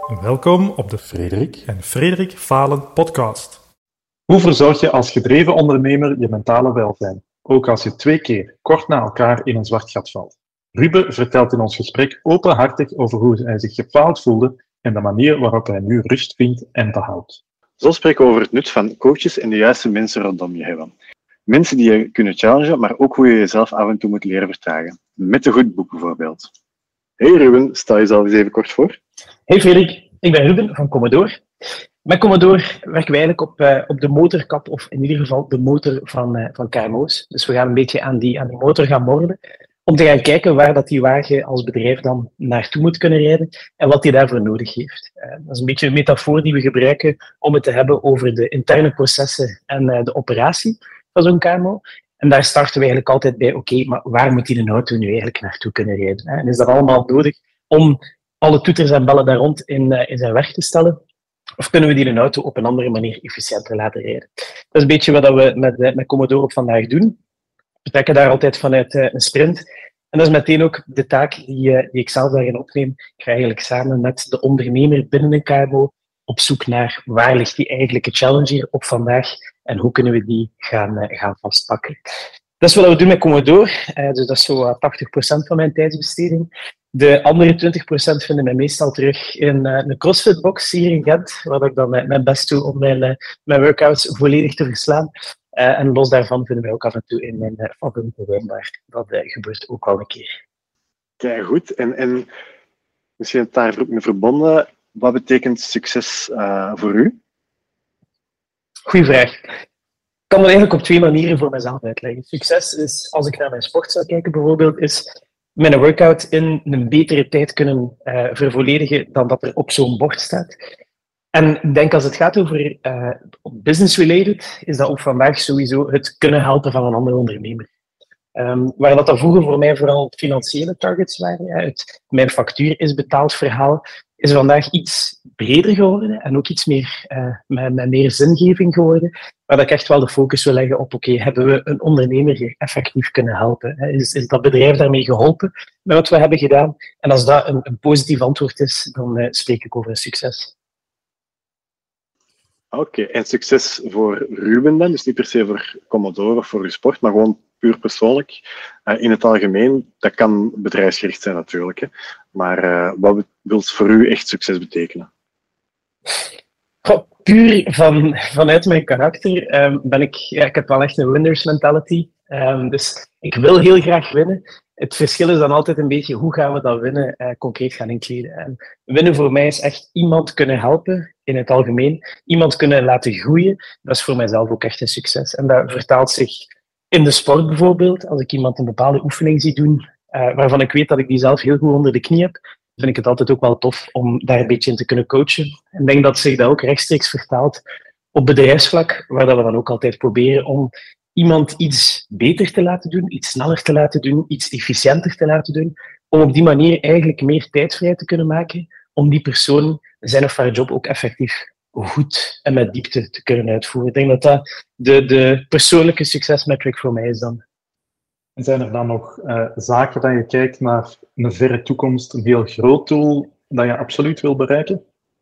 Welkom op de Frederik en Frederik Falen podcast. Hoe verzorg je als gedreven ondernemer je mentale welzijn, ook als je 2 keer kort na elkaar in een zwart gat valt? Ruben vertelt in ons gesprek openhartig over hoe hij zich gefaald voelde en de manier waarop hij nu rust vindt en behoudt. Zo spreken we over het nut van coaches en de juiste mensen rondom je hebben. Mensen die je kunnen challengen, maar ook hoe je jezelf af en toe moet leren vertragen. Met een goed boek bijvoorbeeld. Hey Ruben, stel jezelf eens even kort voor. Hey Frederik, ik ben Ruben van Commodore. Met Commodore werken we eigenlijk op de motorkap, of in ieder geval de motor van KMO's. Dus we gaan een beetje aan die motor gaan morren, om te gaan kijken waar dat die wagen als bedrijf dan naartoe moet kunnen rijden en wat die daarvoor nodig heeft. Dat is een beetje een metafoor die we gebruiken om het te hebben over de interne processen en de operatie van zo'n KMO. En daar starten we eigenlijk altijd bij, oké, maar waar moet die een auto nu eigenlijk naartoe kunnen rijden? En is dat allemaal nodig om alle toeters en bellen daar rond in zijn werk te stellen? Of kunnen we die een auto op een andere manier efficiënter laten rijden? Dat is een beetje wat we met Commodore op vandaag doen. We trekken daar altijd vanuit een sprint. En dat is meteen ook de taak die ik zelf daarin opneem. Ik ga eigenlijk samen met de ondernemer binnen een KMO op zoek naar waar ligt die eigenlijke challenge hier op vandaag en hoe kunnen we die gaan vastpakken. Dat is wat we doen met Commodore. Dus dat is zo 80% van mijn tijdsbesteding. De andere 20% vinden mij meestal terug in een CrossFit-box hier in Gent, waar ik dan mijn best doe om mijn workouts volledig te verslaan. En los daarvan vinden wij ook af en toe in mijn favoriete wijnbar. Dat gebeurt ook al een keer. Kijk, goed. En misschien daarvoor mee verbonden, wat betekent succes voor u? Goeie vraag. Ik kan dat eigenlijk op 2 manieren voor mezelf uitleggen. Succes is, als ik naar mijn sport zou kijken bijvoorbeeld, is mijn workout in een betere tijd kunnen vervolledigen dan dat er op zo'n bord staat. En ik denk als het gaat over business-related, is dat ook vandaag sowieso het kunnen helpen van een andere ondernemer. Waar dat vroeger voor mij vooral financiële targets waren, het mijn factuur is betaald verhaal, is vandaag iets breder geworden en ook iets meer met meer zingeving geworden, waar ik echt wel de focus wil leggen op, oké, hebben we een ondernemer hier effectief kunnen helpen? Is dat bedrijf daarmee geholpen met wat we hebben gedaan? En als dat een positief antwoord is, dan spreek ik over een succes. Oké, en succes voor Ruben dan, dus niet per se voor Commodore of voor uw sport, maar gewoon puur persoonlijk. In het algemeen, dat kan bedrijfsgericht zijn natuurlijk, hè. Maar wat wil voor u echt succes betekenen? Puur vanuit mijn karakter ben ik heb wel echt een winners mentality. Dus ik wil heel graag winnen. Het verschil is dan altijd een beetje hoe gaan we dat winnen concreet gaan inkleden. En winnen voor mij is echt iemand kunnen helpen in het algemeen. Iemand kunnen laten groeien. Dat is voor mijzelf ook echt een succes. En dat vertaalt zich in de sport bijvoorbeeld. Als ik iemand een bepaalde oefening zie doen, waarvan ik weet dat ik die zelf heel goed onder de knie heb, vind ik het altijd ook wel tof om daar een beetje in te kunnen coachen. En ik denk dat zich dat ook rechtstreeks vertaalt op bedrijfsvlak, waar dat we dan ook altijd proberen om iemand iets beter te laten doen, iets sneller te laten doen, iets efficiënter te laten doen, om op die manier eigenlijk meer tijd vrij te kunnen maken om die persoon zijn of haar job ook effectief goed en met diepte te kunnen uitvoeren. Ik denk dat dat de persoonlijke succesmetric voor mij is dan. En zijn er dan nog zaken dat je kijkt naar een verre toekomst, een heel groot doel dat je absoluut wil bereiken?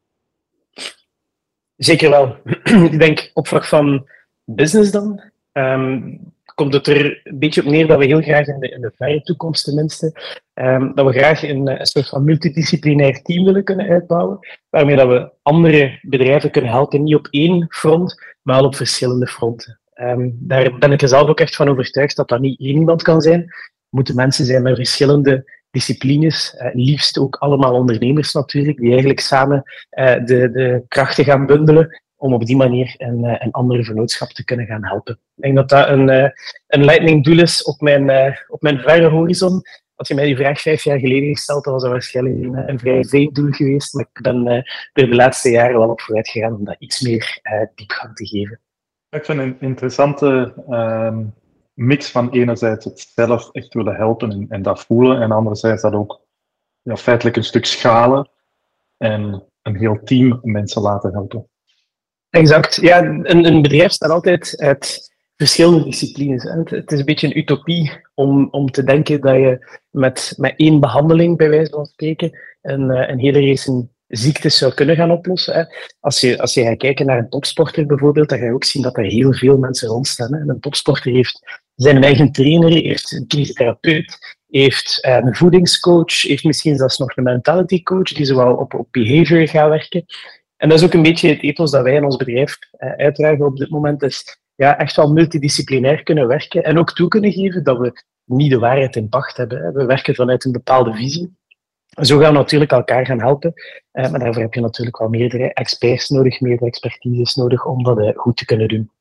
Zeker wel. Ik denk op vlak van business dan, komt het er een beetje op neer dat we heel graag in de verre toekomst tenminste, dat we graag een soort van multidisciplinair team willen kunnen uitbouwen, waarmee dat we andere bedrijven kunnen helpen, niet op 1 front, maar wel op verschillende fronten. Daar ben ik er zelf ook echt van overtuigd dat dat niet één iemand kan zijn. Het moeten mensen zijn met verschillende disciplines, liefst ook allemaal ondernemers natuurlijk, die eigenlijk samen de krachten gaan bundelen om op die manier een andere vennootschap te kunnen gaan helpen. Ik denk dat dat een leiding doel is op mijn verre horizon. Als je mij die vraag 5 jaar geleden gesteld had, was dat waarschijnlijk een vrij vaag doel geweest, maar ik ben er de laatste jaren wel op vooruit gegaan om dat iets meer diepgang te geven. Ik vind een interessante mix van enerzijds het zelf echt willen helpen en dat voelen, en anderzijds dat ook feitelijk een stuk schalen en een heel team mensen laten helpen. Exact. Ja, een bedrijf staat altijd uit verschillende disciplines. Het is een beetje een utopie om te denken dat je met 1 behandeling, bij wijze van spreken, een hele race ziektes zou kunnen gaan oplossen. Hè. Als je gaat kijken naar een topsporter bijvoorbeeld, dan ga je ook zien dat er heel veel mensen rondstaan. Hè. En een topsporter heeft zijn eigen trainer, heeft een kinesitherapeut, heeft een voedingscoach, heeft misschien zelfs nog een mentality coach die zowel op behavior gaat werken. En dat is ook een beetje het ethos dat wij in ons bedrijf uitdragen op dit moment. Dus ja, echt wel multidisciplinair kunnen werken en ook toe kunnen geven dat we niet de waarheid in pacht hebben. Hè. We werken vanuit een bepaalde visie. Zo gaan we natuurlijk elkaar gaan helpen. Maar daarvoor heb je natuurlijk wel meerdere experts nodig, meerdere expertises nodig om dat goed te kunnen doen.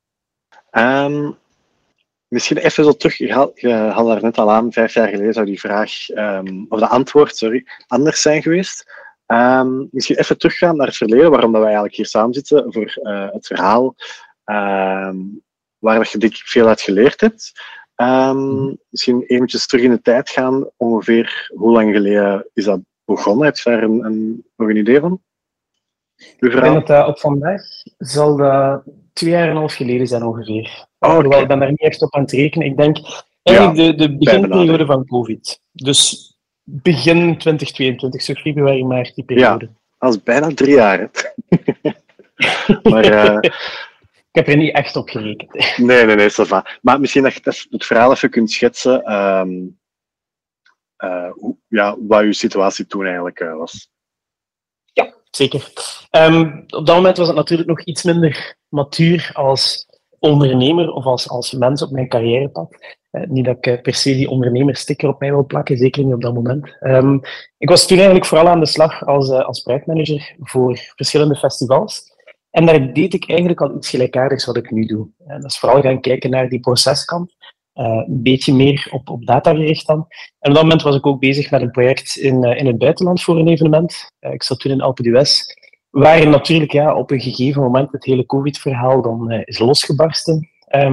Misschien even zo terug, je had daar net al aan, 5 jaar geleden zou die vraag, of de antwoord, anders zijn geweest. Misschien even teruggaan naar het verleden, waarom dat wij eigenlijk hier samen zitten, voor het verhaal waar dat je denk ik veel uit geleerd hebt. Misschien eventjes terug in de tijd gaan, ongeveer hoe lang geleden is dat begonnen? Heb je daar nog een idee van? Ik denk dat op vandaag zal dat 2,5 jaar geleden zijn ongeveer. Okay. Ik ben daar niet echt op aan het rekenen. Ik denk eigenlijk de beginperiode van COVID. Dus begin 2022, zo februari, maart, die periode. Ja, dat is bijna 3 jaar. Maar, ik heb er niet echt op gerekend. Nee, ça va. Maar misschien dat je het verhaal even kunt schetsen, wat uw situatie toen eigenlijk was. Ja, zeker. Op dat moment was het natuurlijk nog iets minder matuur als ondernemer of als mens op mijn carrièrepad. Niet dat ik per se die ondernemersticker op mij wil plakken, zeker niet op dat moment. Ik was toen eigenlijk vooral aan de slag als projectmanager voor verschillende festivals. En daar deed ik eigenlijk al iets gelijkaardigs wat ik nu doe. Dat is vooral gaan kijken naar die proceskant. Een beetje meer op data gericht dan. En op dat moment was ik ook bezig met een project in het buitenland voor een evenement. Ik zat toen in Alpe d'Huez, waar natuurlijk op een gegeven moment het hele COVID-verhaal dan is losgebarsten.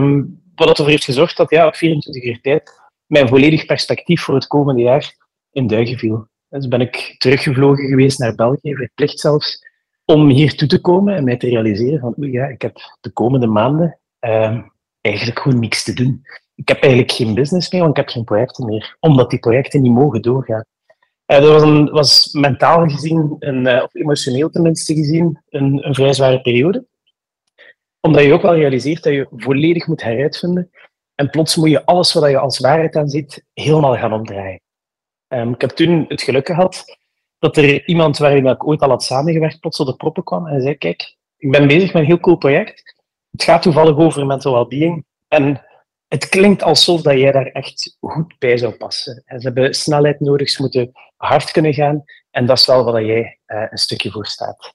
Wat ervoor heeft gezorgd dat op 24 uur tijd mijn volledig perspectief voor het komende jaar in duigen viel. Dus ben ik teruggevlogen geweest naar België, verplicht zelfs, om hier toe te komen en mij te realiseren van ik heb de komende maanden eigenlijk gewoon niks te doen. Ik heb eigenlijk geen business meer, want ik heb geen projecten meer, omdat die projecten niet mogen doorgaan. Dat was mentaal gezien, of emotioneel tenminste gezien, een vrij zware periode. Omdat je ook wel realiseert dat je volledig moet heruitvinden en plots moet je alles wat je als waarheid aan ziet, helemaal gaan omdraaien. Ik heb toen het geluk gehad dat er iemand waarin ik ooit al had samengewerkt plots op de proppen kwam en zei, kijk, ik ben bezig met een heel cool project. Het gaat toevallig over mental well-being en het klinkt alsof dat jij daar echt goed bij zou passen. Ze hebben snelheid nodig, ze moeten hard kunnen gaan en dat is wel wat jij een stukje voor staat.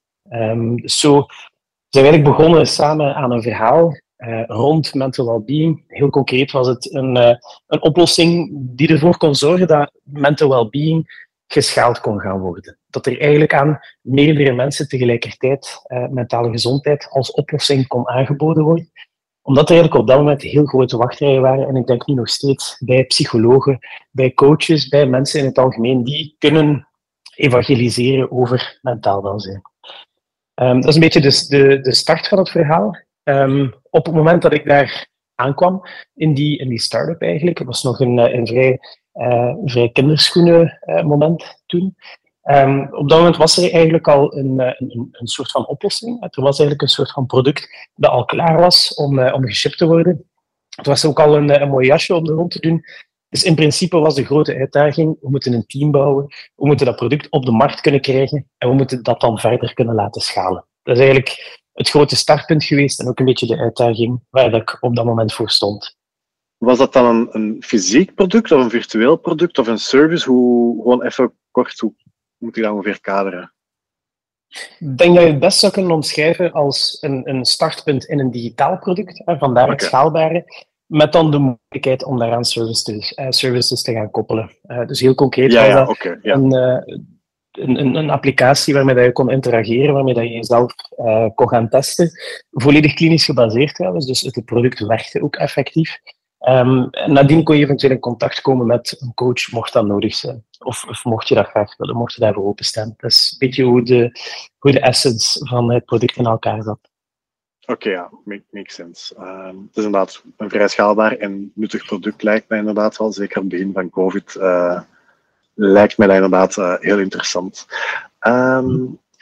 Zo zijn we eigenlijk begonnen samen aan een verhaal rond mental well-being. Heel concreet was het een oplossing die ervoor kon zorgen dat mental well-being geschaald kon gaan worden. Dat er eigenlijk aan meerdere mensen tegelijkertijd mentale gezondheid als oplossing kon aangeboden worden. Omdat er eigenlijk op dat moment heel grote wachtrijen waren, en ik denk nu nog steeds bij psychologen, bij coaches, bij mensen in het algemeen, die kunnen evangeliseren over mentaal welzijn. Dat is een beetje de start van het verhaal. Op het moment dat ik daar aankwam, in die start-up eigenlijk, het was nog een vrij kinderschoenen moment toen. Op dat moment was er eigenlijk al een soort van oplossing. Er was eigenlijk een soort van product dat al klaar was om geshipped te worden. Het was ook al een mooi jasje om er rond te doen. Dus in principe was de grote uitdaging, we moeten een team bouwen, we moeten dat product op de markt kunnen krijgen en we moeten dat dan verder kunnen laten schalen. Dat is eigenlijk het grote startpunt geweest en ook een beetje de uitdaging waar ik op dat moment voor stond. Was dat dan een fysiek product of een virtueel product of een service? Gewoon even kort, hoe moet ik dat ongeveer kaderen? Ik denk dat je het best zou kunnen omschrijven als een startpunt in een digitaal product, vandaar het schaalbare, met dan de mogelijkheid om daaraan services te gaan koppelen. Dus heel concreet was dat een applicatie waarmee dat je kon interageren, waarmee dat je jezelf kon gaan testen. Volledig klinisch gebaseerd trouwens, dus het product werkte ook effectief. Nadien kon je eventueel in contact komen met een coach, mocht dat nodig zijn. Of mocht je dat graag willen, mocht je daarvoor openstaan. Dat is een beetje hoe de essence van het product in elkaar zat. Oké, makes sense. Het is inderdaad een vrij schaalbaar en nuttig product, lijkt mij inderdaad wel. Zeker op het begin van COVID lijkt mij dat inderdaad heel interessant.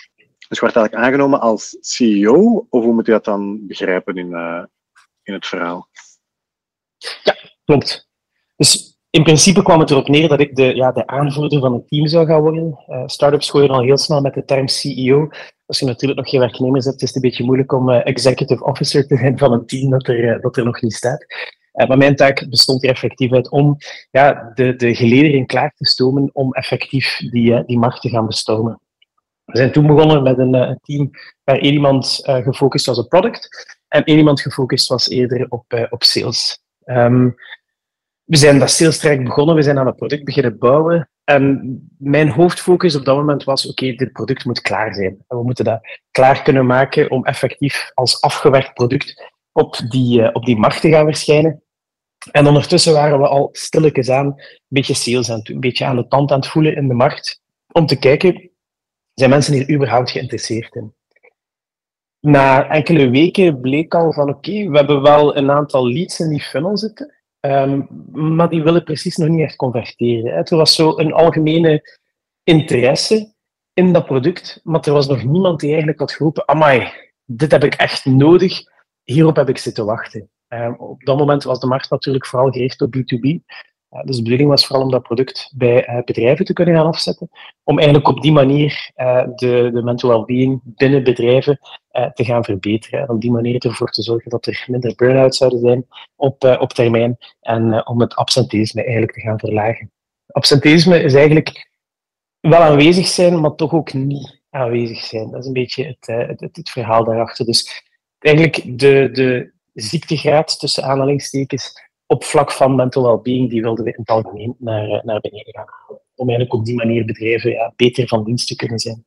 Dus je wordt eigenlijk aangenomen als CEO, of hoe moet je dat dan begrijpen in het verhaal? Ja, klopt. Dus in principe kwam het erop neer dat ik de aanvoerder van het team zou gaan worden. Startups gooien al heel snel met de term CEO. Als je natuurlijk nog geen werknemers hebt, is het een beetje moeilijk om executive officer te zijn van een team dat er nog niet staat. Maar mijn taak bestond er effectief uit om de gelederen klaar te stomen om effectief die markt te gaan bestormen. We zijn toen begonnen met een team waar één iemand gefocust was op product en één iemand gefocust was eerder op sales. We zijn dat sales-track begonnen, we zijn aan het product beginnen bouwen. En mijn hoofdfocus op dat moment was, oké, dit product moet klaar zijn. En we moeten dat klaar kunnen maken om effectief als afgewerkt product op die markt te gaan verschijnen. En ondertussen waren we al stilletjes aan een beetje sales aan het doen, een beetje aan de tand aan het voelen in de markt, om te kijken, zijn mensen hier überhaupt geïnteresseerd in? Na enkele weken bleek al van, oké, we hebben wel een aantal leads in die funnel zitten, maar die willen precies nog niet echt converteren. Er was zo een algemene interesse in dat product, maar er was nog niemand die eigenlijk had geroepen, amai, dit heb ik echt nodig, hierop heb ik zitten wachten. Op dat moment was de markt natuurlijk vooral gericht op B2B. Dus de bedoeling was vooral om dat product bij bedrijven te kunnen gaan afzetten, om eigenlijk op die manier de mental well-being binnen bedrijven te gaan verbeteren. En op die manier ervoor te zorgen dat er minder burn-out zouden zijn op termijn en om het absenteïsme eigenlijk te gaan verlagen. Absenteïsme is eigenlijk wel aanwezig zijn, maar toch ook niet aanwezig zijn. Dat is een beetje het verhaal daarachter. Dus eigenlijk de ziektegraad tussen aanhalingstekens op vlak van mental well-being, die wilden we in het algemeen naar beneden gaan. Om eigenlijk op die manier bedrijven beter van dienst te kunnen zijn.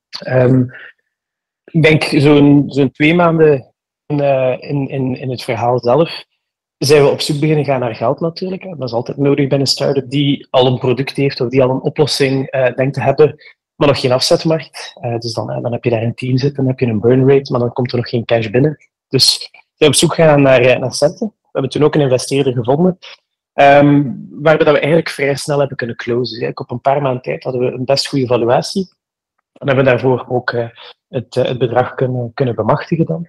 Ik denk zo'n 2 maanden in het verhaal zelf zijn we op zoek beginnen gaan naar geld natuurlijk. Dat is altijd nodig bij een start-up die al een product heeft of die al een oplossing denkt te hebben, maar nog geen afzetmarkt. Dus dan heb je daar een team zitten, dan heb je een burn rate, maar dan komt er nog geen cash binnen. Dus we zijn op zoek gegaan naar centen. We hebben toen ook een investeerder gevonden, waarbij we eigenlijk vrij snel hebben kunnen closen. Dus op een paar maanden tijd hadden we een best goede valuatie. En hebben we daarvoor ook het bedrag kunnen bemachtigen dan.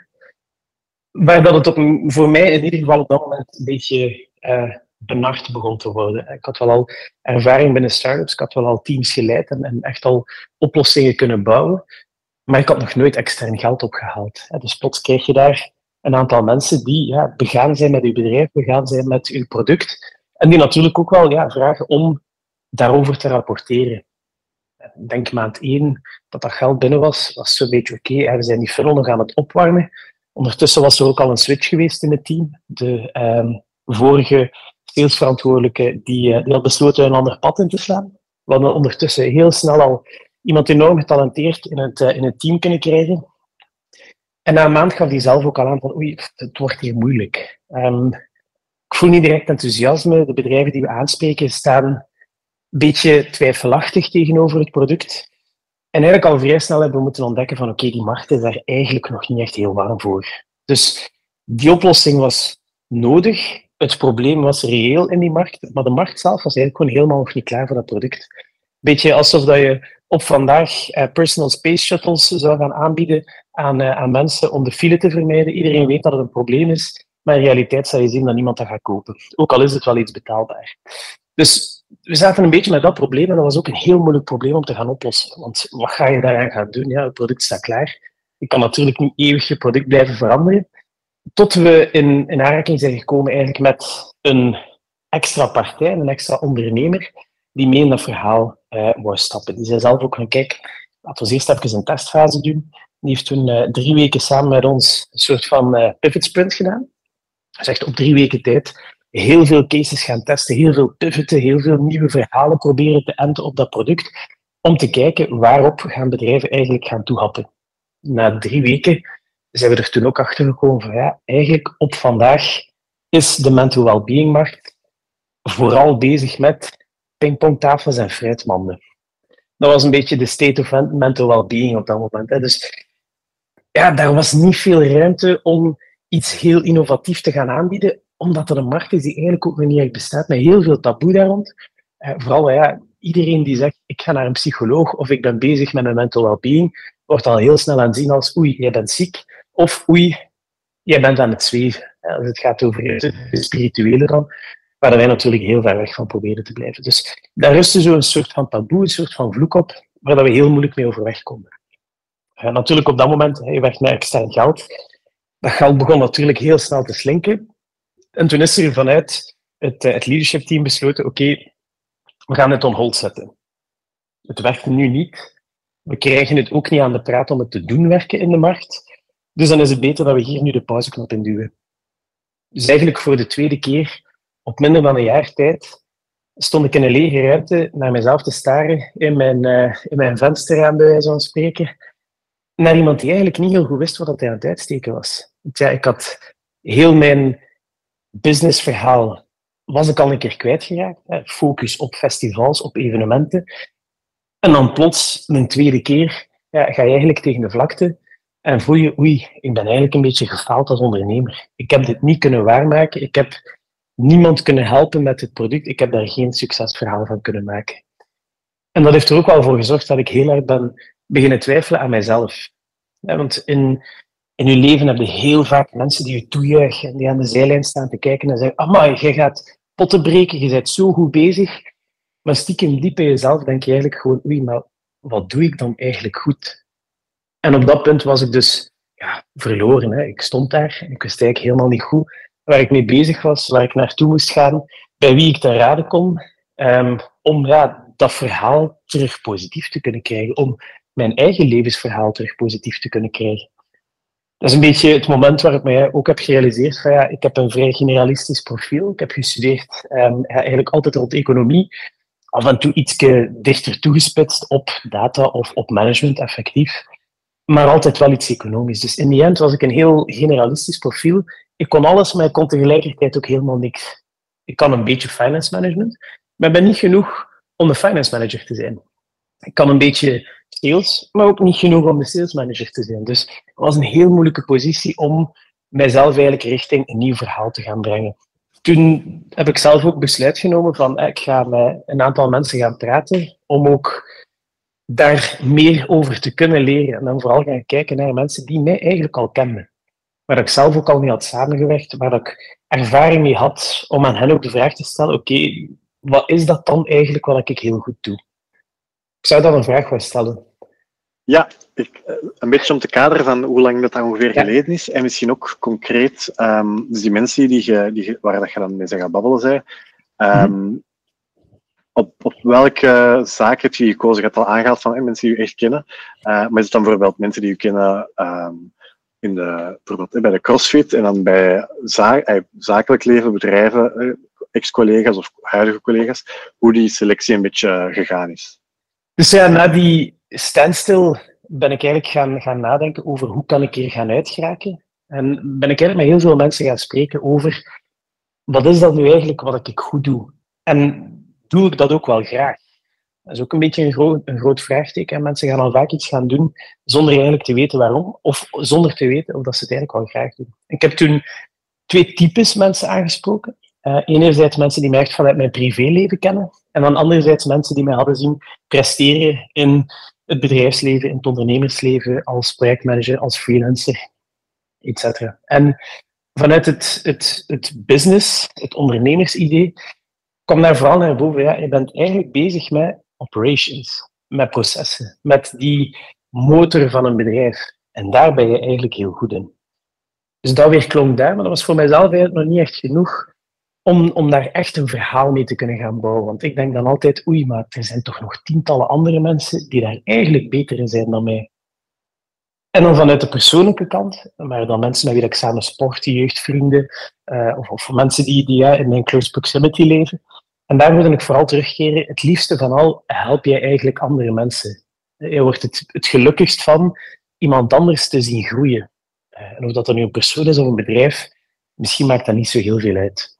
Waar dat het voor mij in ieder geval op dat moment een beetje benard begon te worden. Ik had wel al ervaring binnen startups, ik had wel al teams geleid en echt al oplossingen kunnen bouwen. Maar ik had nog nooit extern geld opgehaald. Dus plots krijg je daar een aantal mensen die begaan zijn met uw bedrijf, begaan zijn met uw product. En die natuurlijk ook wel vragen om daarover te rapporteren. Ik denk maand 1 dat geld binnen was zo'n beetje oké. We zijn die funnel nog aan het opwarmen. Ondertussen was er ook al een switch geweest in het team. De vorige salesverantwoordelijke die had besloten een ander pad in te slaan. We hadden ondertussen heel snel al iemand enorm getalenteerd in het team kunnen krijgen. En na een maand gaf hij zelf ook al aan van oei, het wordt hier moeilijk. Ik voel niet direct enthousiasme. De bedrijven die we aanspreken staan een beetje twijfelachtig tegenover het product. En eigenlijk al vrij snel hebben we moeten ontdekken van oké, die markt is daar eigenlijk nog niet echt heel warm voor. Dus die oplossing was nodig. Het probleem was reëel in die markt, maar de markt zelf was eigenlijk gewoon helemaal nog niet klaar voor dat product. Beetje alsof dat je op vandaag personal space shuttles zou gaan aanbieden aan mensen om de file te vermijden. Iedereen weet dat het een probleem is, maar in realiteit zal je zien dat niemand dat gaat kopen. Ook al is het wel iets betaalbaar. Dus we zaten een beetje met dat probleem en dat was ook een heel moeilijk probleem om te gaan oplossen. Want wat ga je daaraan gaan doen? Ja, het product staat klaar. Je kan natuurlijk niet eeuwig je product blijven veranderen. Tot we in aanraking zijn gekomen eigenlijk met een extra partij, een extra ondernemer, die mee in dat verhaal wou stappen. Die zei zelf ook van kijk, laten we eerst even een testfase doen. Die heeft toen 3 weken samen met ons een soort van pivot sprint gedaan. Hij zegt op 3 weken tijd heel veel cases gaan testen, heel veel pivoten, heel veel nieuwe verhalen proberen te enten op dat product, om te kijken waarop gaan bedrijven eigenlijk gaan toehappen. Na 3 weken zijn we er toen ook achter gekomen van eigenlijk op vandaag is de mental well-being markt vooral bezig met pingpongtafels en fruitmanden. Dat was een beetje de state of mental well-being op dat moment. Dus daar was niet veel ruimte om iets heel innovatiefs te gaan aanbieden, omdat het een markt is die eigenlijk ook nog niet echt bestaat, met heel veel taboe daar rond. Vooral iedereen die zegt, ik ga naar een psycholoog of ik ben bezig met mijn mental well-being, wordt al heel snel aanzien als oei, jij bent ziek, of oei, jij bent aan het zweven. Als het gaat over het spirituele dan, waar wij natuurlijk heel ver weg van proberen te blijven. Dus daar rustte zo een soort van taboe, een soort van vloek op, waar we heel moeilijk mee overweg konden. Natuurlijk op dat moment, je werkt met extern geld. Dat geld begon natuurlijk heel snel te slinken. En toen is er vanuit het leadership team besloten, oké, we gaan het on hold zetten. Het werkt nu niet. We krijgen het ook niet aan de praat om het te doen werken in de markt. Dus dan is het beter dat we hier nu de pauzeknop in duwen. Dus eigenlijk voor de tweede keer, op minder dan een jaar tijd, stond ik in een lege ruimte naar mezelf te staren in mijn vensterraam, bij wijze van spreken, naar iemand die eigenlijk niet heel goed wist wat hij aan het uitsteken was. Ja, ik had heel mijn businessverhaal was ik al een keer kwijtgeraakt. Focus op festivals, op evenementen. En dan plots, een tweede keer, ga je eigenlijk tegen de vlakte en voel je, oei, ik ben eigenlijk een beetje gefaald als ondernemer. Ik heb dit niet kunnen waarmaken. Ik heb niemand kunnen helpen met het product. Ik heb daar geen succesverhaal van kunnen maken. En dat heeft er ook wel voor gezorgd dat ik heel erg ben beginnen twijfelen aan mijzelf. Want in je leven heb je heel vaak mensen die je toejuichen en die aan de zijlijn staan te kijken en zeggen, amai, jij gaat potten breken, je bent zo goed bezig. Maar stiekem diep in jezelf denk je eigenlijk gewoon, oei, maar wat doe ik dan eigenlijk goed? En op dat punt was ik dus verloren. Hè. Ik stond daar en ik wist eigenlijk helemaal niet goed waar ik mee bezig was, waar ik naartoe moest gaan, bij wie ik te raden kon, om dat verhaal terug positief te kunnen krijgen, om mijn eigen levensverhaal terug positief te kunnen krijgen. Dat is een beetje het moment waarop ik mij ook heb gerealiseerd van ik heb een vrij generalistisch profiel. Ik heb gestudeerd eigenlijk altijd rond economie, af en toe iets dichter toegespitst op data of op management, effectief, maar altijd wel iets economisch. Dus in die end was ik een heel generalistisch profiel. Ik kon alles, maar ik kon tegelijkertijd ook helemaal niks. Ik kan een beetje finance management, maar ik ben niet genoeg om een finance manager te zijn. Ik kan een beetje sales, maar ook niet genoeg om de sales manager te zijn. Dus het was een heel moeilijke positie om mijzelf eigenlijk richting een nieuw verhaal te gaan brengen. Toen heb ik zelf ook besluit genomen van ik ga met een aantal mensen gaan praten om ook daar meer over te kunnen leren. En dan vooral gaan kijken naar mensen die mij eigenlijk al kenden. Waar ik zelf ook al mee had samengewerkt, waar ik ervaring mee had om aan hen ook de vraag te stellen, oké, wat is dat dan eigenlijk wat ik heel goed doe? Ik zou dan een vraag willen stellen. Ja, een beetje om te kaderen van hoe lang dat ongeveer geleden is. En misschien ook concreet, dus die mensen waar dat je dan mee gaat babbelen zei, op welke zaak heb je gekozen? Je hebt al aangehaald van mensen die je echt kennen. Maar is het dan bijvoorbeeld mensen die je kennen bijvoorbeeld bij de CrossFit en dan bij zakelijk leven, bedrijven, ex-collega's of huidige collega's, hoe die selectie een beetje gegaan is? Dus na die standstill ben ik eigenlijk gaan nadenken over hoe kan ik hier gaan uitgeraken. En ben ik eigenlijk met heel veel mensen gaan spreken over wat is dat nu eigenlijk wat ik goed doe. En doe ik dat ook wel graag? Dat is ook een beetje een groot vraagteken. Mensen gaan al vaak iets gaan doen zonder eigenlijk te weten waarom, of zonder te weten of dat ze het eigenlijk wel graag doen. Ik heb toen 2 types mensen aangesproken. Enerzijds mensen die mij echt vanuit mijn privéleven kennen, en dan anderzijds mensen die mij hadden zien presteren in het bedrijfsleven, in het ondernemersleven, als projectmanager, als freelancer, etc. En vanuit het business, het ondernemersidee, kwam daar vooral naar boven. Je bent eigenlijk bezig met operations, met processen, met die motor van een bedrijf. En daar ben je eigenlijk heel goed in. Dus dat weer klonk daar, maar dat was voor mijzelf eigenlijk nog niet echt genoeg om daar echt een verhaal mee te kunnen gaan bouwen. Want ik denk dan altijd, oei, maar er zijn toch nog tientallen andere mensen die daar eigenlijk beter in zijn dan mij. En dan vanuit de persoonlijke kant, maar dan mensen met wie ik samen sporten, jeugdvrienden, of mensen die in mijn close proximity leven. En daar wil ik vooral terugkeren. Het liefste van al help jij eigenlijk andere mensen. Je wordt het gelukkigst van iemand anders te zien groeien. En of dat dan nu een persoon is of een bedrijf, misschien maakt dat niet zo heel veel uit.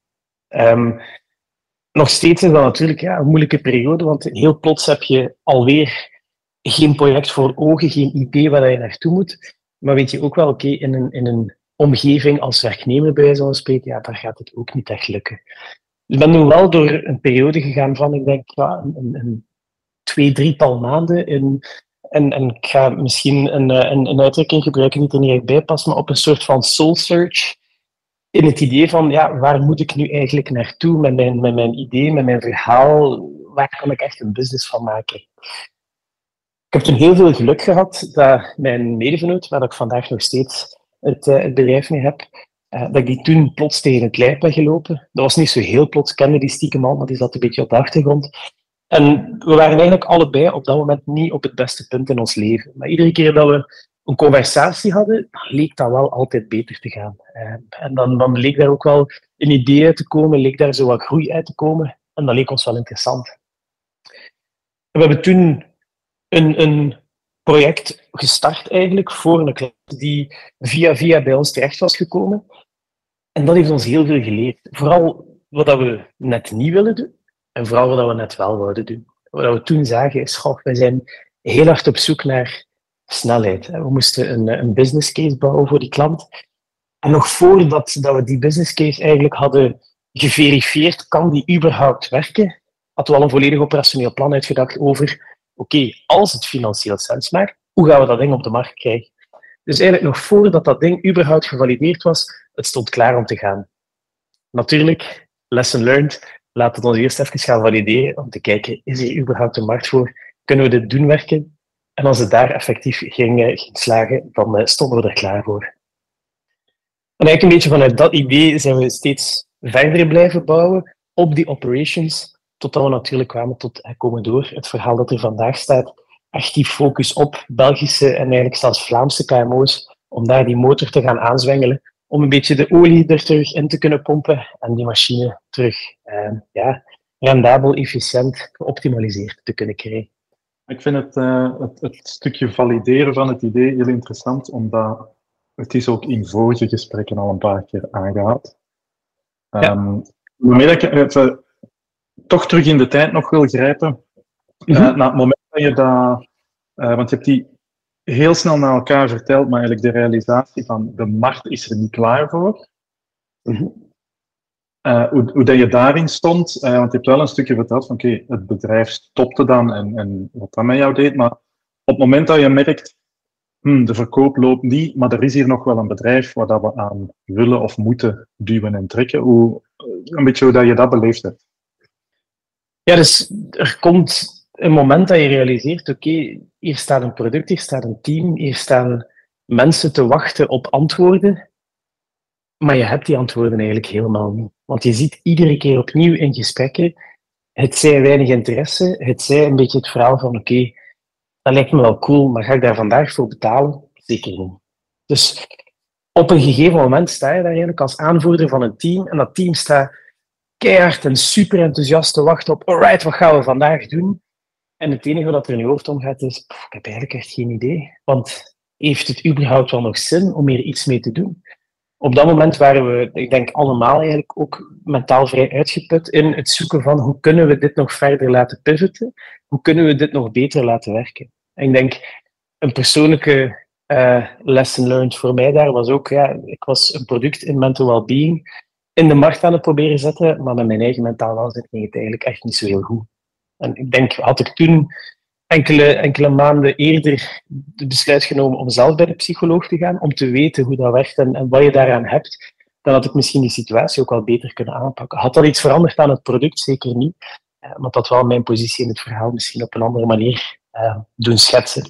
Nog steeds is dat natuurlijk een moeilijke periode, want heel plots heb je alweer geen project voor ogen, geen idee waar je naartoe moet. Maar weet je ook wel, in een omgeving als werknemer bij wijze van spreken, daar gaat het ook niet echt lukken. Dus ik ben nu wel door een periode gegaan van, ik denk, een 2-3-tal maanden in en ik ga misschien een uitdrukking gebruiken die er niet echt bij past, maar op een soort van soul search in het idee van, ja, waar moet ik nu eigenlijk naartoe met mijn idee, met mijn verhaal? Waar kan ik echt een business van maken? Ik heb toen heel veel geluk gehad dat mijn medevenoot, waar ik vandaag nog steeds het bedrijf mee heb, dat ik die toen plots tegen het lijf ben gelopen. Dat was niet zo heel plots, kende die stiekem al, maar die zat een beetje op de achtergrond. En we waren eigenlijk allebei op dat moment niet op het beste punt in ons leven. Maar iedere keer dat we een conversatie hadden, leek dat wel altijd beter te gaan. En dan leek daar ook wel een idee uit te komen, leek daar zo wat groei uit te komen. En dat leek ons wel interessant. En we hebben toen een project gestart eigenlijk voor een klant die via bij ons terecht was gekomen. En dat heeft ons heel veel geleerd. Vooral wat we net niet willen doen en vooral wat we net wel wilden doen. Wat we toen zagen is, we zijn heel hard op zoek naar snelheid. We moesten een business case bouwen voor die klant. En nog voordat we die business case eigenlijk hadden geverifieerd, kan die überhaupt werken, hadden we al een volledig operationeel plan uitgedacht over oké, als het financieel sens maakt, hoe gaan we dat ding op de markt krijgen? Dus eigenlijk nog voordat dat ding überhaupt gevalideerd was, het stond klaar om te gaan. Natuurlijk, lesson learned, laten we ons eerst even gaan valideren om te kijken, is hier überhaupt een markt voor? Kunnen we dit doen werken? En als het daar effectief ging slagen, dan stonden we er klaar voor. En eigenlijk een beetje vanuit dat idee zijn we steeds verder blijven bouwen op die operations, totdat we natuurlijk kwamen tot Commodore, het verhaal dat er vandaag staat, echt die focus op Belgische en eigenlijk zelfs Vlaamse KMO's, om daar die motor te gaan aanzwengelen, om een beetje de olie er terug in te kunnen pompen en die machine terug rendabel, efficiënt, geoptimaliseerd te kunnen krijgen. Ik vind het stukje valideren van het idee heel interessant, omdat het is ook in vorige gesprekken al een paar keer aangehaald. Waarmee ik even toch terug in de tijd nog wil grijpen. Na het moment dat je dat... want je hebt die heel snel naar elkaar verteld, maar eigenlijk de realisatie van de markt is er niet klaar voor. Hoe dat je daarin stond, want je hebt wel een stukje verteld van oké, het bedrijf stopte dan en wat dat met jou deed, maar op het moment dat je merkt, de verkoop loopt niet, maar er is hier nog wel een bedrijf waar dat we aan willen of moeten duwen en trekken, een beetje hoe dat je dat beleefd hebt. Ja, dus er komt een moment dat je realiseert, oké, hier staat een product, hier staat een team, hier staan mensen te wachten op antwoorden, maar je hebt die antwoorden eigenlijk helemaal niet. Want je ziet iedere keer opnieuw in gesprekken, het zij weinig interesse, het zij een beetje het verhaal van oké, dat lijkt me wel cool, maar ga ik daar vandaag voor betalen? Zeker niet. Dus op een gegeven moment sta je daar eigenlijk als aanvoerder van een team en dat team staat keihard en super enthousiast te wachten op alright, wat gaan we vandaag doen? En het enige wat er in je hoofd omgaat is, ik heb eigenlijk echt geen idee. Want heeft het überhaupt wel nog zin om hier iets mee te doen? Op dat moment waren we, ik denk allemaal eigenlijk ook mentaal vrij uitgeput in het zoeken van hoe kunnen we dit nog verder laten pivoten? Hoe kunnen we dit nog beter laten werken? En ik denk, een persoonlijke lesson learned voor mij daar was ook, ik was een product in mental well-being in de markt aan het proberen zetten, maar met mijn eigen mentaal welzijn ging het eigenlijk echt niet zo heel goed. En ik denk, had ik toen enkele maanden eerder het besluit genomen om zelf bij de psycholoog te gaan, om te weten hoe dat werkt en wat je daaraan hebt, dan had ik misschien die situatie ook wel beter kunnen aanpakken. Had dat iets veranderd aan het product? Zeker niet. Maar dat wel mijn positie in het verhaal misschien op een andere manier doen schetsen.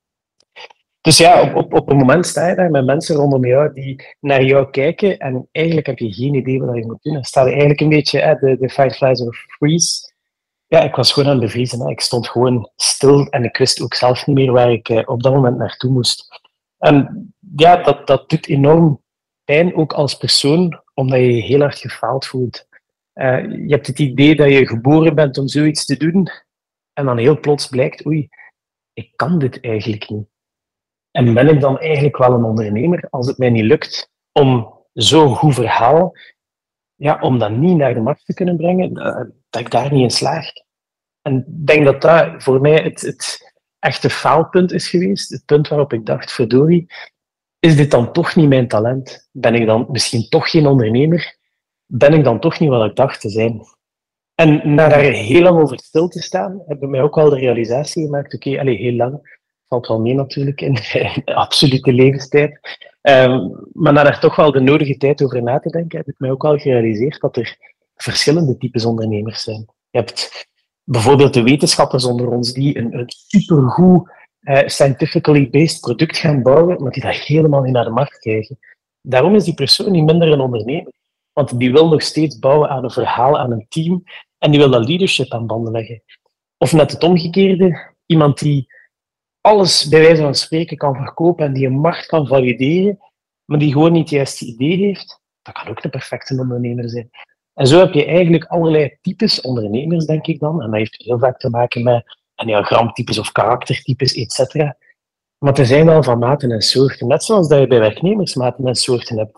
Dus ja, op een moment sta je daar met mensen rondom jou die naar jou kijken en eigenlijk heb je geen idee wat je moet doen. Dan sta je eigenlijk een beetje de Five Flies of Freeze. Ja, ik was gewoon aan het bevriezen. Ik stond gewoon stil en ik wist ook zelf niet meer waar ik op dat moment naartoe moest. En ja, dat doet enorm pijn, ook als persoon, omdat je je heel hard gefaald voelt. Je hebt het idee dat je geboren bent om zoiets te doen en dan heel plots blijkt, oei, ik kan dit eigenlijk niet. En ben ik dan eigenlijk wel een ondernemer als het mij niet lukt om zo'n goed verhaal, om dat niet naar de markt te kunnen brengen, dat ik daar niet in slaag. En ik denk dat dat voor mij het echte faalpunt is geweest. Het punt waarop ik dacht, verdorie, is dit dan toch niet mijn talent? Ben ik dan misschien toch geen ondernemer? Ben ik dan toch niet wat ik dacht te zijn? En na daar heel lang over stil te staan, heb ik mij ook wel de realisatie gemaakt, heel lang, valt wel mee natuurlijk in de absolute levenstijd. Maar na daar toch wel de nodige tijd over na te denken, heb ik mij ook wel gerealiseerd dat er verschillende types ondernemers zijn. Je hebt bijvoorbeeld de wetenschappers onder ons die een supergoed scientifically based product gaan bouwen, maar die dat helemaal niet naar de markt krijgen. Daarom is die persoon niet minder een ondernemer. Want die wil nog steeds bouwen aan een verhaal, aan een team, en die wil dat leadership aan banden leggen. Of net het omgekeerde, iemand die alles bij wijze van spreken kan verkopen en die een markt kan valideren, maar die gewoon niet het juiste idee heeft, dat kan ook de perfecte ondernemer zijn. En zo heb je eigenlijk allerlei types ondernemers, denk ik dan. En dat heeft heel vaak te maken met enneagramtypes of karaktertypes, etc. Maar er zijn wel van maten en soorten. Net zoals dat je bij werknemers maten en soorten hebt.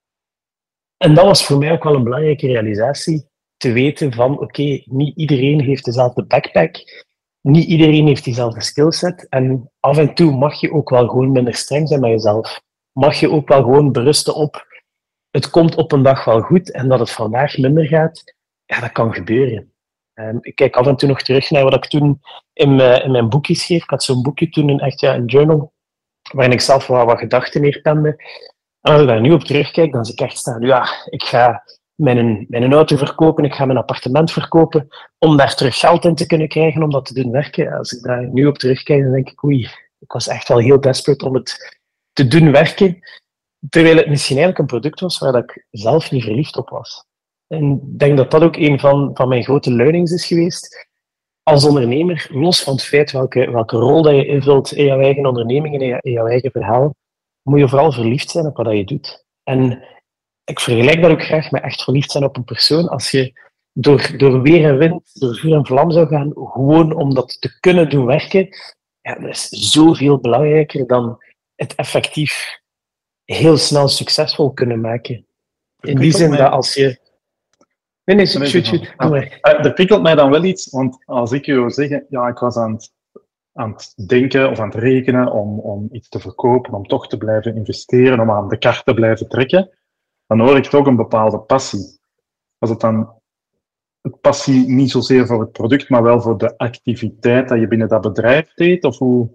En dat was voor mij ook wel een belangrijke realisatie. Te weten van, oké, niet iedereen heeft dezelfde backpack. Niet iedereen heeft diezelfde skillset. En af en toe mag je ook wel gewoon minder streng zijn met jezelf. Mag je ook wel gewoon berusten op, het komt op een dag wel goed en dat het vandaag minder gaat. Ja, dat kan gebeuren. Ik kijk af en toe nog terug naar wat ik toen in mijn boekje schreef. Ik had zo'n boekje toen, een journal, waarin ik zelf wat gedachten neerpende. En als ik daar nu op terugkijk, dan zie ik echt staan, ja, ik ga mijn auto verkopen, ik ga mijn appartement verkopen, om daar terug geld in te kunnen krijgen, om dat te doen werken. Als ik daar nu op terugkijk, dan denk ik, oei, ik was echt wel heel desperate om het te doen werken, terwijl het misschien eigenlijk een product was waar ik zelf niet verliefd op was. En ik denk dat dat ook een van mijn grote learnings is geweest. Als ondernemer, los van het feit welke rol dat je invult in jouw eigen onderneming en in jouw eigen verhaal, moet je vooral verliefd zijn op wat je doet. En ik vergelijk dat ook graag met echt verliefd zijn op een persoon. Als je door weer en wind, door vuur en vlam zou gaan, gewoon om dat te kunnen doen werken, ja, dat is zoveel belangrijker dan het effectief heel snel succesvol kunnen maken. In die zin dat als je... Nee, shoot. Doe maar. Er prikkelt mij dan wel iets, want als ik je wil zeggen, ja, ik was aan het denken of aan het rekenen om iets te verkopen, om toch te blijven investeren, om aan de kar te blijven trekken, dan hoor ik toch een bepaalde passie. Was het dan het passie niet zozeer voor het product, maar wel voor de activiteit dat je binnen dat bedrijf deed? Of hoe...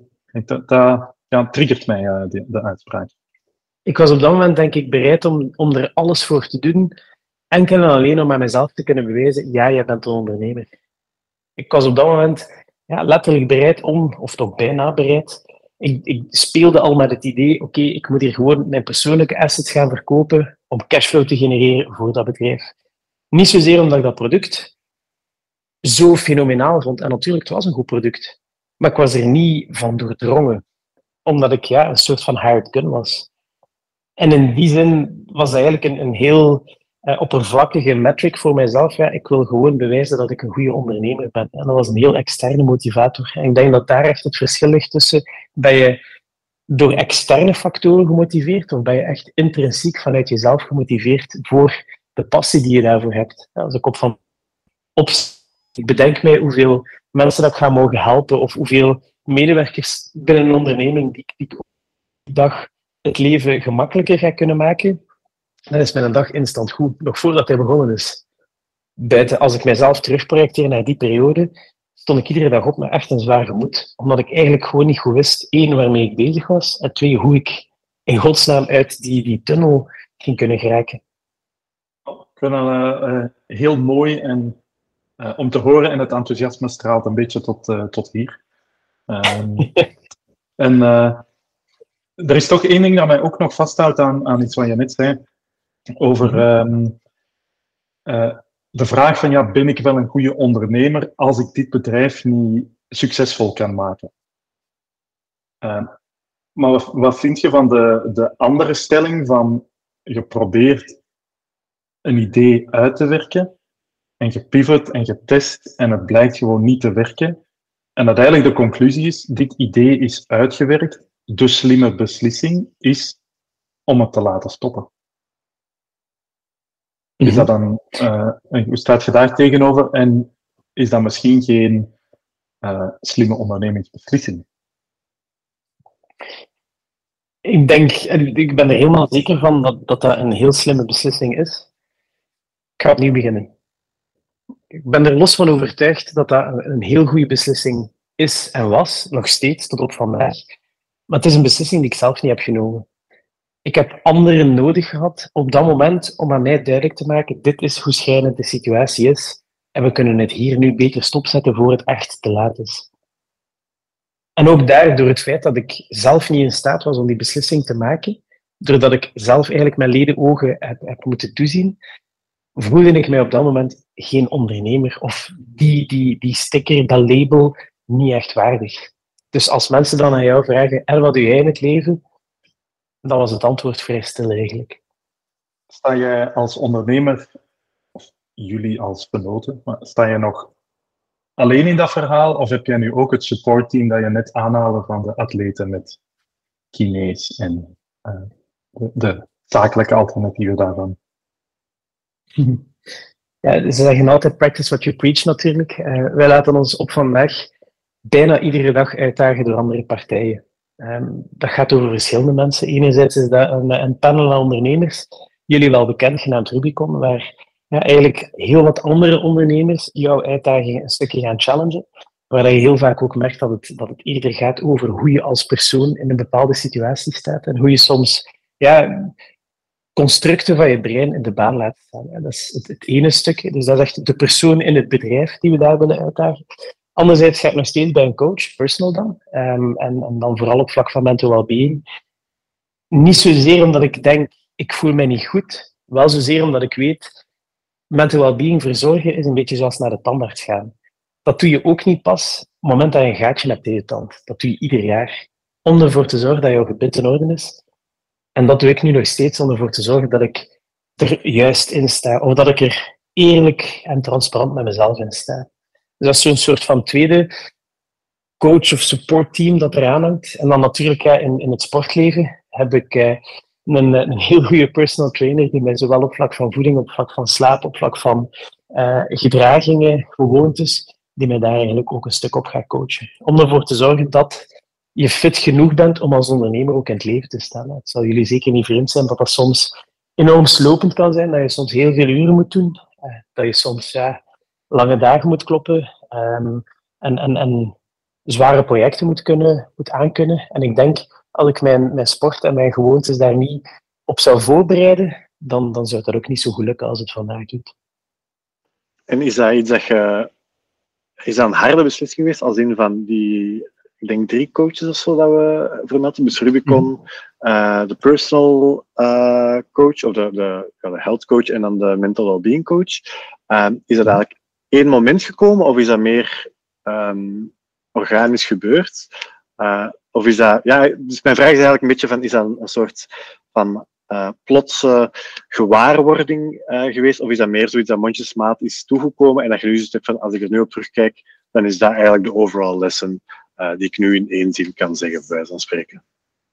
Dat triggert mij, de uitspraak. Ik was op dat moment, denk ik, bereid om er alles voor te doen, enkel en alleen om aan mezelf te kunnen bewijzen, ja, jij bent een ondernemer. Ik was op dat moment letterlijk bereid om, of toch bijna bereid. Ik speelde al met het idee, oké, ik moet hier gewoon mijn persoonlijke assets gaan verkopen om cashflow te genereren voor dat bedrijf. Niet zozeer omdat ik dat product zo fenomenaal vond. En natuurlijk, het was een goed product. Maar ik was er niet van doordrongen. Omdat ik een soort van hired gun was. En in die zin was dat eigenlijk een heel oppervlakkige metric voor mijzelf. Ja, ik wil gewoon bewijzen dat ik een goede ondernemer ben. En dat was een heel externe motivator. En ik denk dat daar echt het verschil ligt tussen, ben je door externe factoren gemotiveerd of ben je echt intrinsiek vanuit jezelf gemotiveerd voor de passie die je daarvoor hebt. Als ik ik bedenk mij hoeveel mensen dat ik ga mogen helpen of hoeveel medewerkers binnen een onderneming die ik op die dag het leven gemakkelijker ga kunnen maken, dan is mijn dag instant goed, nog voordat hij begonnen is. Buiten, als ik mijzelf terugprojecteer naar die periode, stond ik iedere dag op met echt een zwaar gemoed. Omdat ik eigenlijk gewoon niet goed wist, 1, waarmee ik bezig was, en 2, hoe ik in godsnaam uit die tunnel ging kunnen geraken. Ik vind dat heel mooi en om te horen, en het enthousiasme straalt een beetje tot hier. En er is toch één ding dat mij ook nog vasthoudt aan iets wat je net zei, over de vraag van, ben ik wel een goede ondernemer als ik dit bedrijf niet succesvol kan maken? Maar wat vind je van de andere stelling van, je probeert een idee uit te werken en je pivot en je test en het blijkt gewoon niet te werken en dat eigenlijk de conclusie is, dit idee is uitgewerkt, de slimme beslissing is om het te laten stoppen. Is dat dan, hoe staat je daar tegenover en is dat misschien geen slimme ondernemingsbeslissing? Ik ben er helemaal zeker van dat een heel slimme beslissing is. Ik ga opnieuw beginnen. Ik ben er los van overtuigd dat een heel goede beslissing is en was, nog steeds tot op vandaag. Maar het is een beslissing die ik zelf niet heb genomen. Ik heb anderen nodig gehad op dat moment om aan mij duidelijk te maken, dit is hoe schrijnend de situatie is en we kunnen het hier nu beter stopzetten voor het echt te laat is. En ook daar, door het feit dat ik zelf niet in staat was om die beslissing te maken, doordat ik zelf eigenlijk met leden ogen heb moeten toezien, voelde ik mij op dat moment geen ondernemer of die sticker, dat label, niet echt waardig. Dus als mensen dan aan jou vragen, en wat doe jij in het leven? Dan was het antwoord vrij stil eigenlijk. Sta jij als ondernemer, of jullie als benoten, maar sta je nog alleen in dat verhaal, of heb jij nu ook het supportteam dat je net aanhaalde van de atleten met kinees en de zakelijke alternatieven daarvan? Ja, ze zeggen altijd practice what you preach natuurlijk. Wij laten ons op vandaag bijna iedere dag uitdagen door andere partijen. Dat gaat over verschillende mensen. Enerzijds is dat een panel aan ondernemers, jullie wel bekend, genaamd Rubicon, waar eigenlijk heel wat andere ondernemers jouw uitdagingen een stukje gaan challengen. Waar je heel vaak ook merkt dat het eerder gaat over hoe je als persoon in een bepaalde situatie staat en hoe je soms constructen van je brein in de baan laat staan. Dat is het ene stukje. Dus dat is echt de persoon in het bedrijf die we daar willen uitdagen. Anderzijds ga ik nog steeds bij een coach, personal dan. En dan vooral op vlak van mental well-being. Niet zozeer omdat ik denk, ik voel mij niet goed. Wel zozeer omdat ik weet, mental well-being verzorgen is een beetje zoals naar de tandarts gaan. Dat doe je ook niet pas op het moment dat je een gaatje hebt in je tand. Dat doe je ieder jaar. Om ervoor te zorgen dat jouw gebit in orde is. En dat doe ik nu nog steeds om ervoor te zorgen dat ik er juist in sta. Of dat ik er eerlijk en transparant met mezelf in sta. Dus dat is zo'n soort van tweede coach- of supportteam dat eraan hangt. En dan natuurlijk in het sportleven heb ik een heel goede personal trainer die mij zowel op vlak van voeding, op vlak van slaap, op vlak van gedragingen, gewoontes, die mij daar eigenlijk ook een stuk op gaat coachen. Om ervoor te zorgen dat je fit genoeg bent om als ondernemer ook in het leven te staan. Het zal jullie zeker niet vreemd zijn dat dat soms enorm slopend kan zijn, dat je soms heel veel uren moet doen, dat je soms lange dagen moet kloppen en zware projecten moet aankunnen. En ik denk, als ik mijn sport en mijn gewoontes daar niet op zou voorbereiden, dan zou dat ook niet zo goed lukken als het vandaag doet. En is dat iets is dat een harde beslissing geweest, als in van die, ik denk 3 coaches of zo dat we voor hadden, dus Rubicon, de personal coach, of de health coach en dan de mental well-being coach. Is dat eigenlijk één moment gekomen, of is dat meer organisch gebeurd? Of is dat, dus mijn vraag is eigenlijk een beetje van, is dat een soort van plotse gewaarwording geweest, of is dat meer zoiets dat mondjesmaat is toegekomen en dat je nu zoiets hebt van, als ik er nu op terugkijk, dan is dat eigenlijk de overall lesson die ik nu in 1 zin kan zeggen, bij wijze van spreken.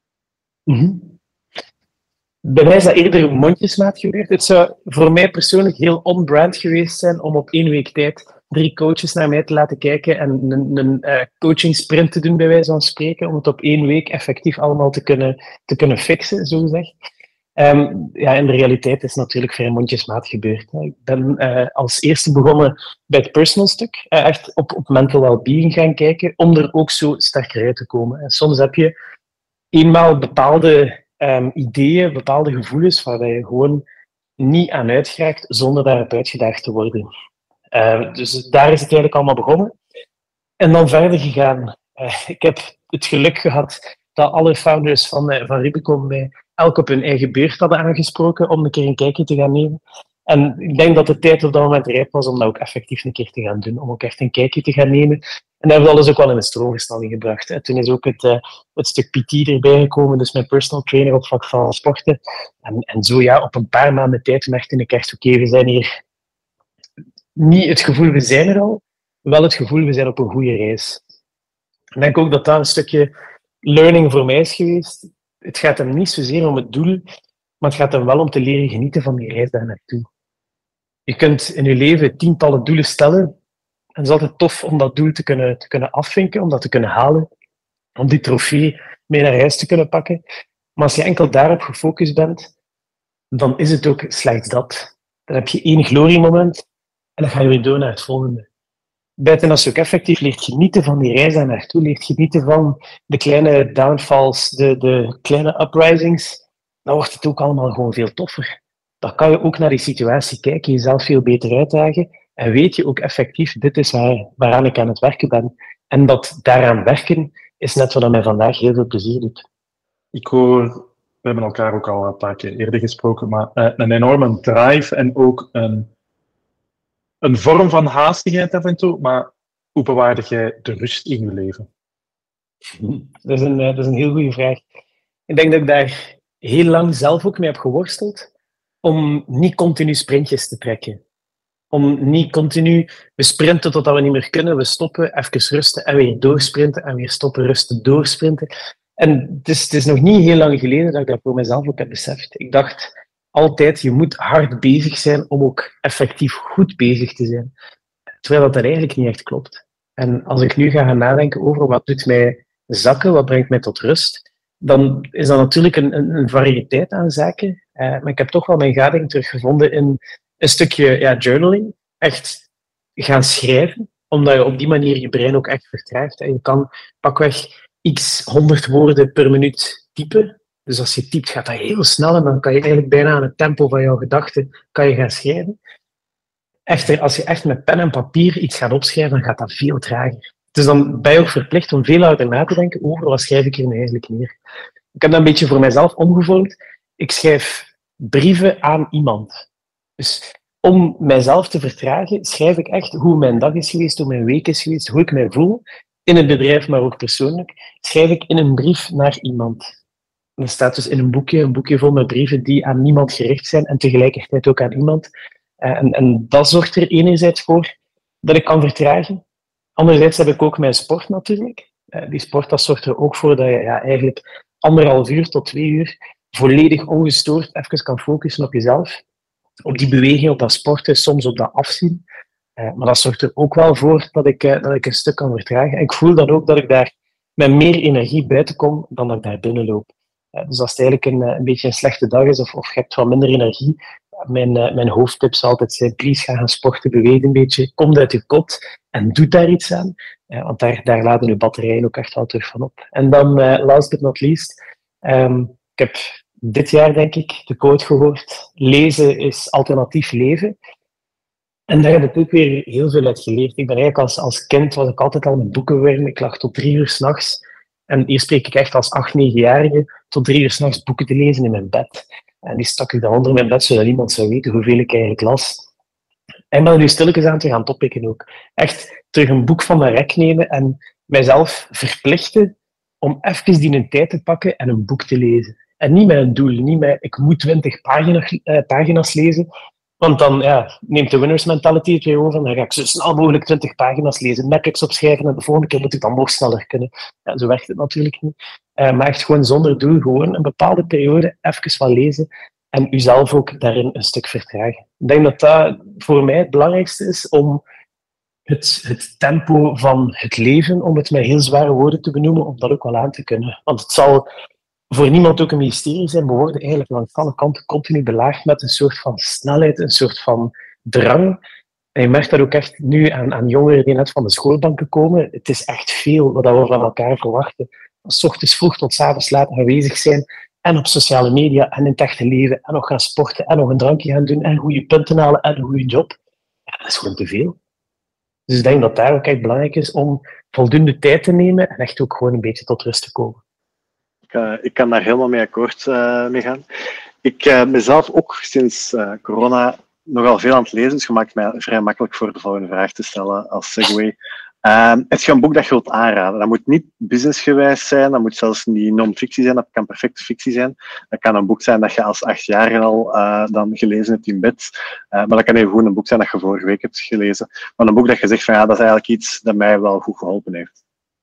Bij mij is dat eerder mondjesmaat gebeurd. Het zou voor mij persoonlijk heel on-brand geweest zijn om op 1 week tijd 3 coaches naar mij te laten kijken en een coaching sprint te doen, bij wijze van spreken, om het op 1 week effectief allemaal te kunnen fixen, zo gezegd. In de realiteit is het natuurlijk vrij mondjesmaat gebeurd. Ik ben als eerste begonnen bij het personal stuk, echt op mental well-being gaan kijken, om er ook zo sterker uit te komen. En soms heb je eenmaal bepaalde ideeën, bepaalde gevoelens waar je gewoon niet aan uitgeraakt zonder daarop uitgedaagd te worden. Dus daar is het eigenlijk allemaal begonnen. En dan verder gegaan. Ik heb het geluk gehad dat alle founders van Rubicon mij elk op hun eigen beurt hadden aangesproken om een keer een kijkje te gaan nemen. En ik denk dat de tijd op dat moment rijp was om dat ook effectief een keer te gaan doen, om ook echt een kijkje te gaan nemen. En daar hebben we alles ook wel in een stroomversnelling gebracht. Toen is ook het stuk PT erbij gekomen, dus mijn personal trainer op vlak van sporten. En zo op een paar maanden tijd merkte ik echt, oké, we zijn hier niet het gevoel, we zijn er al, wel het gevoel, we zijn op een goede reis. Ik denk ook dat dat een stukje learning voor mij is geweest. Het gaat hem niet zozeer om het doel, maar het gaat hem wel om te leren genieten van die reis daar naartoe. Je kunt in je leven tientallen doelen stellen. En het is altijd tof om dat doel te kunnen afvinken, om dat te kunnen halen, om die trofee mee naar huis te kunnen pakken. Maar als je enkel daarop gefocust bent, dan is het ook slechts dat. Dan heb je 1 gloriemoment en dan ga je weer door naar het volgende. buiten als je ook effectief leert genieten van die reis daar naartoe, leert genieten van de kleine downfalls, de kleine uprisings, dan wordt het ook allemaal gewoon veel toffer. Dan kan je ook naar die situatie kijken, jezelf veel beter uitdagen en weet je ook effectief, dit is waaraan ik aan het werken ben. En dat daaraan werken is net wat mij vandaag heel veel plezier doet. Ik hoor, we hebben elkaar ook al een paar keer eerder gesproken, maar een enorme drive en ook een vorm van haastigheid af en toe. Maar hoe bewaarde jij de rust in je leven? Dat is een heel goede vraag. Ik denk dat ik daar heel lang zelf ook mee heb geworsteld om niet continu sprintjes te trekken. Om niet continu, we sprinten totdat we niet meer kunnen, we stoppen, even rusten en weer doorsprinten en weer stoppen, rusten, doorsprinten. En het is nog niet heel lang geleden dat ik dat voor mezelf ook heb beseft. Ik dacht altijd, je moet hard bezig zijn om ook effectief goed bezig te zijn. Terwijl dat eigenlijk niet echt klopt. En als ik nu ga gaan nadenken over wat doet mij zakken, wat brengt mij tot rust, dan is dat natuurlijk een variëteit aan zaken. Maar ik heb toch wel mijn gading teruggevonden in een stukje journaling. Echt gaan schrijven, omdat je op die manier je brein ook echt vertraagt. En je kan pakweg x 100 woorden per minuut typen. Dus als je typt, gaat dat heel snel en dan kan je eigenlijk bijna aan het tempo van jouw gedachten kan je gaan schrijven. Echter, als je echt met pen en papier iets gaat opschrijven, dan gaat dat veel trager. Dus dan ben je ook verplicht om veel harder na te denken over wat schrijf ik hier nu eigenlijk neer. Ik heb dat een beetje voor mijzelf omgevormd. Ik schrijf brieven aan iemand. Dus om mijzelf te vertragen, schrijf ik echt hoe mijn dag is geweest, hoe mijn week is geweest, hoe ik mij voel, in het bedrijf, maar ook persoonlijk, schrijf ik in een brief naar iemand. En dat staat dus in een boekje vol met brieven die aan niemand gericht zijn en tegelijkertijd ook aan iemand. En dat zorgt er enerzijds voor dat ik kan vertragen. Anderzijds heb ik ook mijn sport natuurlijk. Die sport dat zorgt er ook voor dat je eigenlijk 1,5 uur tot 2 uur volledig ongestoord even kan focussen op jezelf. Op die beweging, op dat sporten, soms op dat afzien. Maar dat zorgt er ook wel voor dat ik een stuk kan vertragen. En ik voel dan ook dat ik daar met meer energie buiten kom dan dat ik daar binnen loop. Dus als het eigenlijk een beetje een slechte dag is of je hebt wat minder energie, mijn hoofdtip zal altijd zijn, please ga gaan sporten, beweeg een beetje, kom uit je kot en doe daar iets aan. Want daar laden je batterijen ook echt wel terug van op. En dan, last but not least, ik heb dit jaar, denk ik, de quote gehoord, lezen is alternatief leven. En daar heb ik ook weer heel veel uit geleerd. Ik ben eigenlijk als kind was ik altijd al met boekenworm. Ik lag tot 3 uur 's nachts. En hier spreek ik echt als 8, 9-jarige tot 3 uur 's nachts boeken te lezen in mijn bed. En die stak ik dan onder mijn bed, zodat niemand zou weten hoeveel ik eigenlijk las. En ben er nu stilletjes aan te gaan toppikken ook. Echt terug een boek van mijn rek nemen en mijzelf verplichten om even die tijd te pakken en een boek te lezen. En niet met een doel, niet met ik moet 20 pagina's lezen, want dan neemt de winners mentality het weer over en dan ga ik zo snel mogelijk 20 pagina's lezen, matrix opschrijven en de volgende keer moet ik dan nog sneller kunnen. Ja, zo werkt het natuurlijk niet. Maar echt gewoon zonder doel, gewoon een bepaalde periode even wat lezen en uzelf ook daarin een stuk vertragen. Ik denk dat dat voor mij het belangrijkste is om het tempo van het leven, om het met heel zware woorden te benoemen, om dat ook wel aan te kunnen. Want het zal voor niemand ook een mysterie zijn. We worden eigenlijk langs alle kanten continu belaagd met een soort van snelheid, een soort van drang. En je merkt dat ook echt nu aan jongeren die net van de schoolbanken komen. Het is echt veel wat we van elkaar verwachten. Van 's ochtends vroeg tot 's avonds laat aanwezig zijn. En op sociale media en in het echte leven. En nog gaan sporten en nog een drankje gaan doen. En goede punten halen en een goede job. Ja, dat is gewoon te veel. Dus ik denk dat daar ook echt belangrijk is om voldoende tijd te nemen en echt ook gewoon een beetje tot rust te komen. Ik kan daar helemaal mee akkoord mee gaan. Ik ben zelf ook sinds corona nogal veel aan het lezen, dus je maakt mij vrij makkelijk voor de volgende vraag te stellen als segue. Het is een boek dat je wilt aanraden. Dat moet niet businessgewijs zijn, dat moet zelfs niet non-fictie zijn, dat kan perfecte fictie zijn. Dat kan een boek zijn dat je als 8-jarige al dan gelezen hebt in bed. Maar dat kan even goed een boek zijn dat je vorige week hebt gelezen. Maar een boek dat je zegt van dat is eigenlijk iets dat mij wel goed geholpen heeft.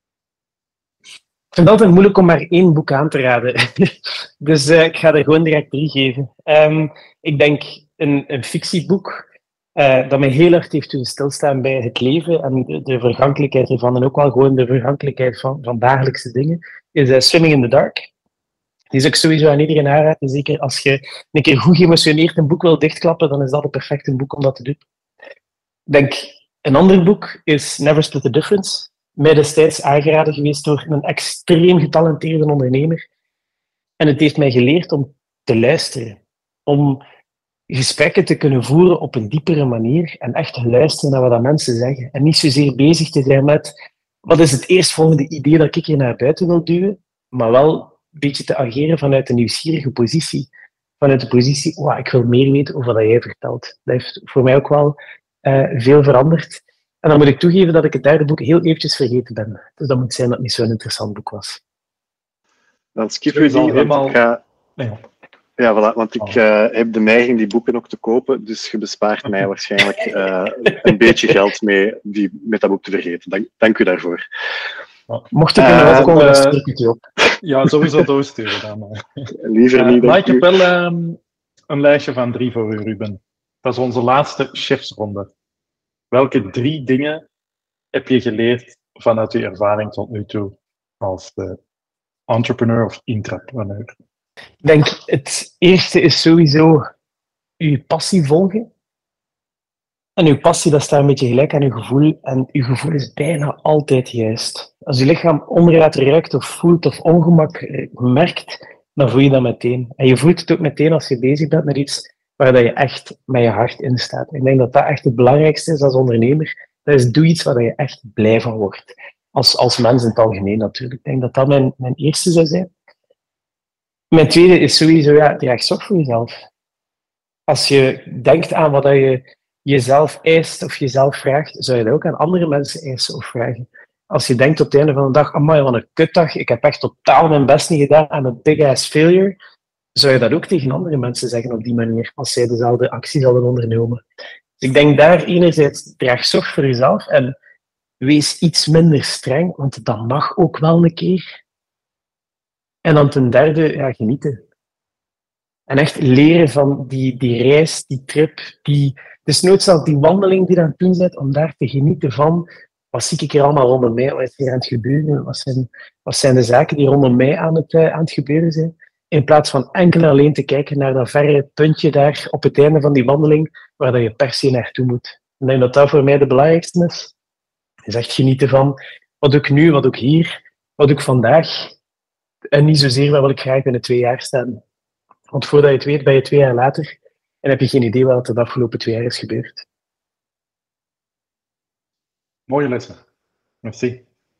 Ik vind het altijd moeilijk om maar 1 boek aan te raden. Dus ik ga er gewoon direct 3 geven. Ik denk een fictieboek dat mij heel erg heeft doen stilstaan bij het leven en de vergankelijkheid ervan en ook wel gewoon de vergankelijkheid van dagelijkse dingen, is Swimming in the Dark. Die is ook sowieso aan iedereen aanraden. Zeker als je een keer goed geëmotioneerd een boek wil dichtklappen, dan is dat het perfecte boek om dat te doen. Ik denk Een ander boek is Never Split the Difference. Mij destijds aangeraden geweest door een extreem getalenteerde ondernemer. En het heeft mij geleerd om te luisteren. Om gesprekken te kunnen voeren op een diepere manier en echt te luisteren naar wat mensen zeggen. En niet zozeer bezig te zijn met wat is het eerstvolgende idee dat ik hier naar buiten wil duwen, maar wel een beetje te ageren vanuit een nieuwsgierige positie. Vanuit de positie, ik wil meer weten over wat jij vertelt. Dat heeft voor mij ook wel veel veranderd. En dan moet ik toegeven dat ik het derde boek heel eventjes vergeten ben. Dus dat moet zijn dat het niet zo'n interessant boek was. Dan skippen we die, want ik ga... Ja, voilà, want ik heb de neiging die boeken ook te kopen, dus je bespaart mij waarschijnlijk een beetje geld met dat boek te vergeten. Dank u daarvoor. Mocht ik kunnen opkomen, dan stuur ik het je op. Ja, sowieso doorsturen dan. Liever niet. Maar ik heb wel een lijstje van 3 voor u, Ruben. Dat is onze laatste chefsronde. Welke 3 dingen heb je geleerd vanuit uw ervaring tot nu toe als entrepreneur of intrapreneur? Ik denk, het eerste is sowieso je passie volgen. En je passie, dat staat een beetje gelijk aan je gevoel. En je gevoel is bijna altijd juist. Als je lichaam onraad ruikt of voelt of ongemak merkt, dan voel je dat meteen. En je voelt het ook meteen als je bezig bent met iets waar dat je echt met je hart in staat. Ik denk dat dat echt het belangrijkste is als ondernemer. Dat is, doe iets waar je echt blij van wordt. Als mens in het algemeen natuurlijk. Ik denk dat dat mijn eerste zou zijn. Mijn tweede is sowieso, draag zorg voor jezelf. Als je denkt aan wat je jezelf eist of jezelf vraagt, zou je dat ook aan andere mensen eisen of vragen. Als je denkt op het einde van de dag, amai, wat een kutdag, ik heb echt totaal mijn best niet gedaan aan een big-ass failure, zou je dat ook tegen andere mensen zeggen op die manier, als zij dezelfde acties hadden ondernomen. Dus ik denk daar enerzijds, draag zorg voor jezelf en wees iets minder streng, want dat mag ook wel een keer. En dan ten derde, genieten. En echt leren van die reis, die trip, dus nooit zelfs die wandeling die je aan het doen bent, om daar te genieten van, wat zie ik hier allemaal rondom mij, wat is hier aan het gebeuren, wat zijn de zaken die rondom mij aan het gebeuren zijn, in plaats van enkel en alleen te kijken naar dat verre puntje daar op het einde van die wandeling, waar dat je per se naartoe moet. Ik denk dat dat voor mij de belangrijkste is. Is echt genieten van, wat doe ik nu, wat doe ik hier, wat doe ik vandaag, en niet zozeer waar wil ik graag binnen 2 jaar staan. Want voordat je het weet, ben je 2 jaar later en heb je geen idee wat er de afgelopen 2 jaar is gebeurd. Mooie lessen. Merci.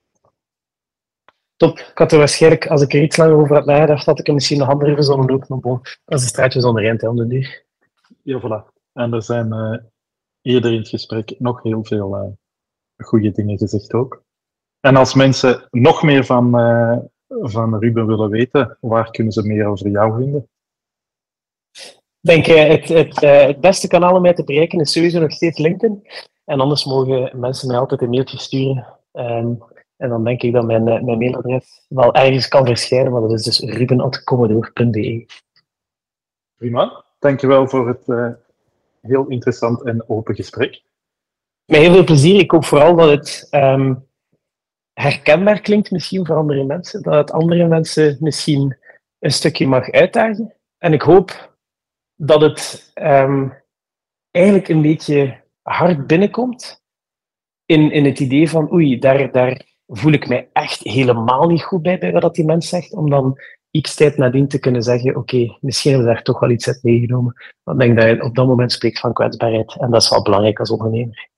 Top. Ik had er waarschijnlijk, als ik er iets langer over had nagedacht, had ik er misschien nog andere verzonnen ook. Maar bon, dat is een straatje zonder eind om de duur. Ja, voilà. En er zijn eerder in het gesprek nog heel veel goede dingen gezegd ook. En als mensen nog meer van Ruben willen weten, waar kunnen ze meer over jou vinden? Ik denk, het beste kanaal om mij te bereiken is sowieso nog steeds LinkedIn. En anders mogen mensen mij altijd een mailtje sturen. En dan denk ik dat mijn mailadres wel ergens kan verschijnen, maar dat is dus ruben@commodore.be. Prima. Dankjewel voor het heel interessant en open gesprek. Met heel veel plezier. Ik hoop vooral dat het herkenbaar klinkt misschien voor andere mensen. Dat het andere mensen misschien een stukje mag uitdagen. En ik hoop dat het eigenlijk een beetje hard binnenkomt in het idee van oei, daar voel ik mij echt helemaal niet goed bij wat die mens zegt, om dan x tijd nadien te kunnen zeggen oké, misschien hebben we daar toch wel iets uit meegenomen. Want ik denk dat je op dat moment spreekt van kwetsbaarheid en dat is wel belangrijk als ondernemer.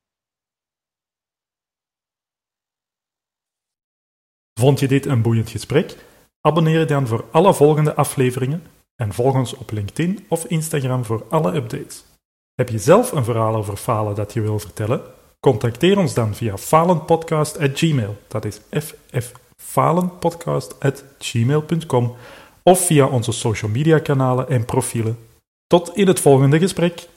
Vond je dit een boeiend gesprek? Abonneer je dan voor alle volgende afleveringen en volg ons op LinkedIn of Instagram voor alle updates. Heb je zelf een verhaal over falen dat je wil vertellen? Contacteer ons dan via falenpodcast@gmail.com. Dat is fffalenpodcast@gmail.com of via onze social media kanalen en profielen. Tot in het volgende gesprek.